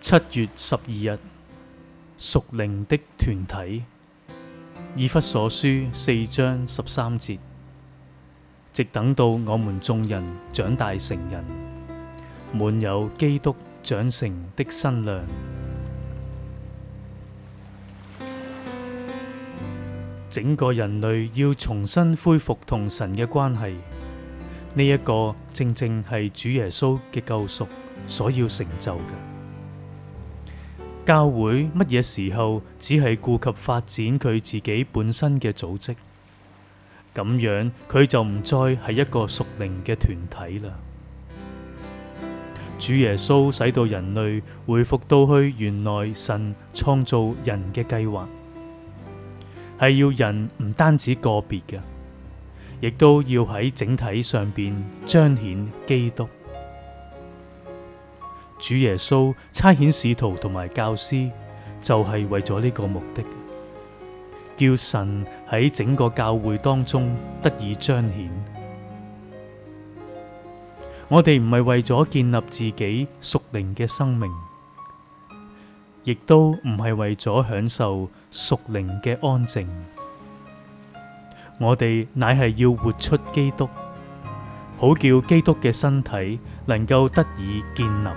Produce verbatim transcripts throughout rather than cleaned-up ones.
七月十二日，屬靈的團體，以弗所書四章十三節，直等到我們眾人長大成人，滿有基督長成的身量。整個人類要重新恢復同神嘅關係，呢一個正正係主耶穌嘅救贖所要成就嘅。教會乜嘢時候只係顧及發展佢自己本身嘅組織，咁樣佢就唔再係一個屬靈嘅團體啦。主耶穌使到人類回復到去原來神創造人嘅計劃，係要人唔單止個別嘅，亦都要喺整體上邊彰顯基督。主耶穌差遣使徒同埋教師，就係為咗呢個目的，叫神喺整個教會當中得以彰顯。我哋唔係為咗建立自己屬靈嘅生命，亦都唔係為咗享受屬靈嘅安靜。我哋乃係要活出基督，好叫基督嘅身體能夠得以建立。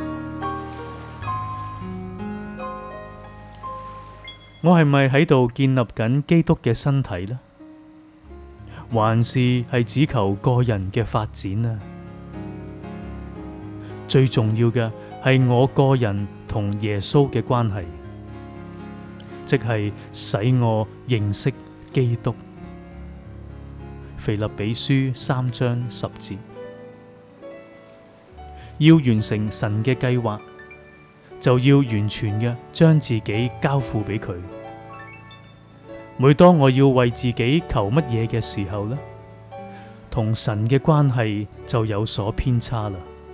我係咪喺度建立緊基督嘅身體呢？還是係只求個人嘅發展啊？最重要嘅係我個人同耶穌嘅關係，即係使我認識基督。腓立比書三章十節，要完成神嘅計劃，就要完全嘅將自己交付俾佢。每當我要為自己求乜嘢嘅時候呢，同神嘅關係就有所偏差啦。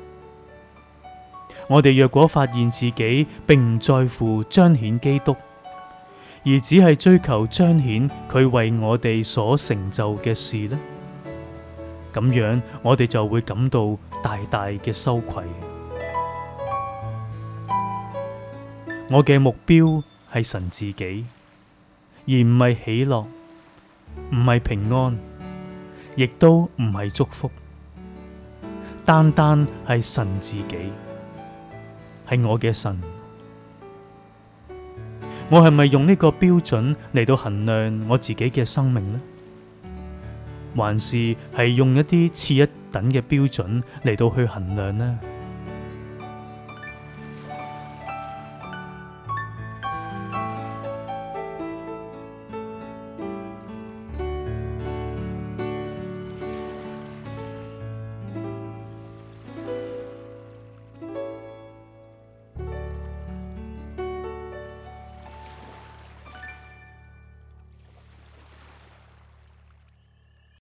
我哋若果發現自己並唔在乎彰顯基督，而只係追求彰顯佢為我哋所成就嘅事呢，咁樣我哋就會感到大大嘅羞愧。我嘅目標係神自己，而唔係喜樂，唔係平安，亦都唔係祝福，單單係神自己，係我嘅神。我係咪用呢個標準嚟到衡量我自己嘅生命呢？還是係用一啲次一等嘅標準嚟到去衡量呢？